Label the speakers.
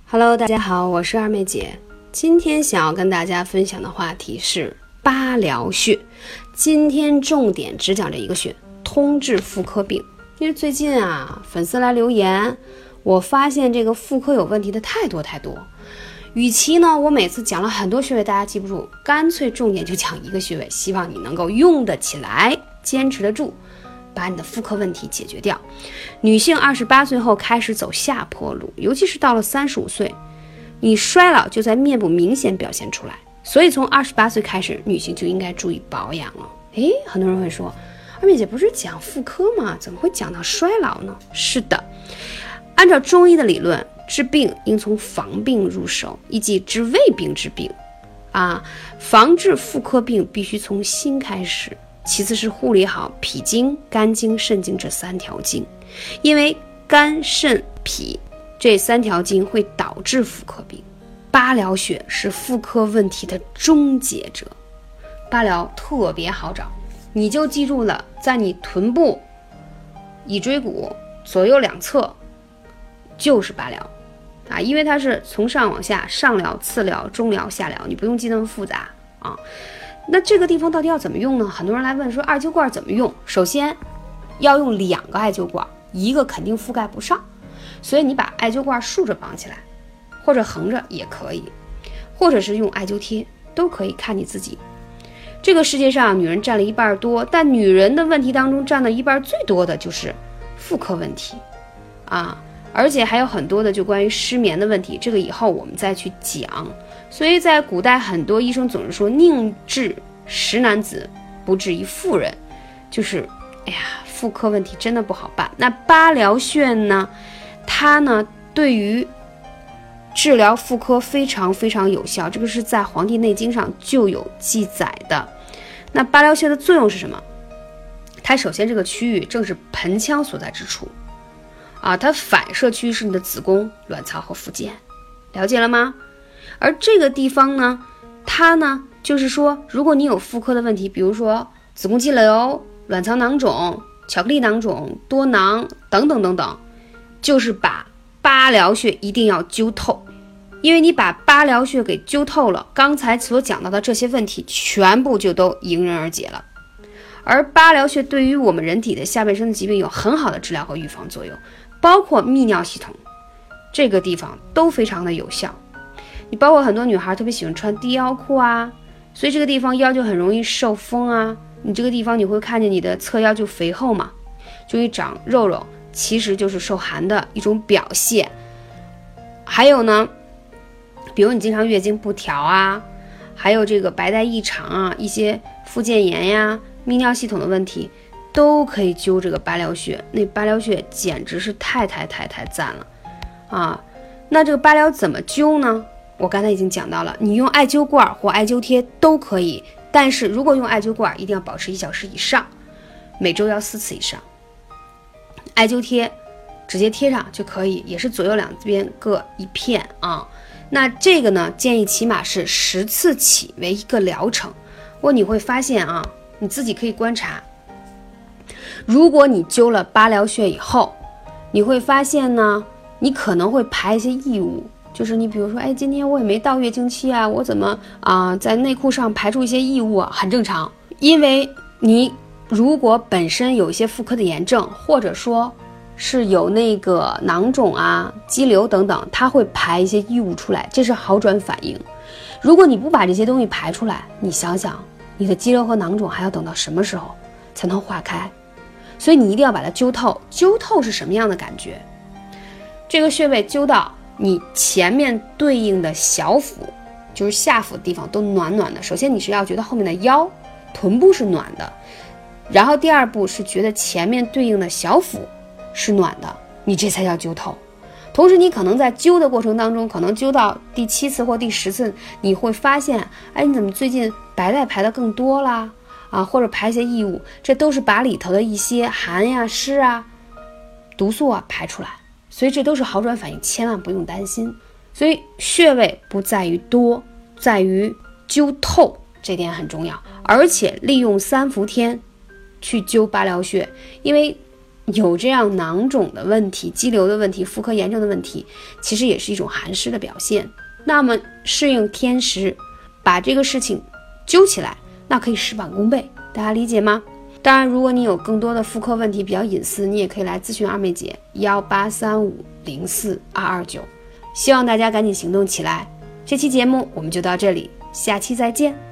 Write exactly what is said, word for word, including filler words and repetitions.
Speaker 1: Hello， 大家好，我是二妹姐。今天想要跟大家分享的话题是八髎穴。今天重点只讲这一个穴，通治妇科病。因为最近啊，粉丝来留言，我发现这个妇科有问题的太多太多。与其呢，我每次讲了很多穴位，大家记不住，干脆重点就讲一个穴位，希望你能够用得起来，坚持得住，把你的妇科问题解决掉。女性二十八岁后开始走下坡路，尤其是到了三十五岁，你衰老就在面部明显表现出来。所以从二十八岁开始，女性就应该注意保养了。诶，很多人会说，二妹姐不是讲妇科吗？怎么会讲到衰老呢？是的，按照中医的理论，治病应从防病入手，以及治未病治病啊。防治妇科病必须从心开始，其次是护理好脾经、肝经、肾经这三条经，因为肝、肾、脾这三条经会导致妇科病。八髎穴是妇科问题的终结者，八髎特别好找，你就记住了，在你臀部、尾椎骨左右两侧就是八髎啊，因为它是从上往下，上髎、次髎、中髎、下髎，你不用记那么复杂啊。那这个地方到底要怎么用呢？很多人来问说艾灸罐怎么用？首先要用两个艾灸罐，一个肯定覆盖不上，所以你把艾灸罐竖着绑起来，或者横着也可以，或者是用艾灸贴都可以，看你自己。这个世界上女人占了一半多，但女人的问题当中占了一半最多的就是妇科问题啊，而且还有很多的就关于失眠的问题，这个以后我们再去讲。所以在古代很多医生总是说宁治十男子不治一妇人，就是哎呀，妇科问题真的不好办。那八髎穴呢，它呢对于治疗妇科非常非常有效，这个是在《黄帝内经》上就有记载的。那八髎穴的作用是什么？它首先这个区域正是盆腔所在之处啊，它反射区是你的子宫、卵巢和附件，了解了吗？而这个地方呢，它呢就是说，如果你有妇科的问题，比如说子宫肌瘤、卵巢囊肿、巧克力囊肿、多囊等等等等，就是把八髎穴一定要灸透。因为你把八髎穴给灸透了，刚才所讲到的这些问题全部就都迎刃而解了。而八髎穴对于我们人体的下半身的疾病有很好的治疗和预防作用，包括泌尿系统这个地方都非常的有效。你包括很多女孩特别喜欢穿低腰裤啊，所以这个地方腰就很容易受风啊，你这个地方你会看见你的侧腰就肥厚嘛，就会长肉肉，其实就是受寒的一种表现。还有呢，比如你经常月经不调啊，还有这个白带异常啊，一些附件炎呀、泌尿系统的问题，都可以灸这个八髎穴。那八髎穴简直是太太太太赞了啊！那这个八髎怎么灸呢？我刚才已经讲到了，你用艾灸罐或艾灸贴都可以，但是如果用艾灸罐一定要保持一小时以上，每周要四次以上。艾灸贴直接贴上就可以，也是左右两边各一片啊。那这个呢，建议起码是十次起为一个疗程。我你会发现啊，你自己可以观察，如果你灸了八髎穴以后，你会发现呢，你可能会排一些异物，就是你比如说，哎，今天我也没到月经期啊，我怎么啊、呃、在内裤上排出一些异物啊，很正常。因为你如果本身有一些妇科的炎症，或者说是有那个囊肿啊、肌瘤等等，它会排一些异物出来，这是好转反应。如果你不把这些东西排出来，你想想你的肌瘤和囊肿还要等到什么时候才能化开？所以你一定要把它灸透。灸透是什么样的感觉？这个穴位灸到你前面对应的小腹，就是下腹的地方都暖暖的。首先你是要觉得后面的腰、臀部是暖的，然后第二步是觉得前面对应的小腹是暖的，你这才叫灸透。同时你可能在灸的过程当中，可能灸到第七次或第十次，你会发现，哎，你怎么最近白带排的更多啦？啊，或者排一些异物，这都是把里头的一些寒呀、湿啊、毒素啊排出来。所以这都是好转反应，千万不用担心。所以穴位不在于多，在于灸透，这点很重要。而且利用三伏天去灸八髎穴，因为有这样囊肿的问题、肌瘤的问题、妇科炎症的问题，其实也是一种寒湿的表现。那么适应天时，把这个事情揪起来，那可以事半功倍，大家理解吗？当然，如果你有更多的妇科问题比较隐私，你也可以来咨询二妹姐幺八三五零四二二九。希望大家赶紧行动起来。这期节目我们就到这里，下期再见。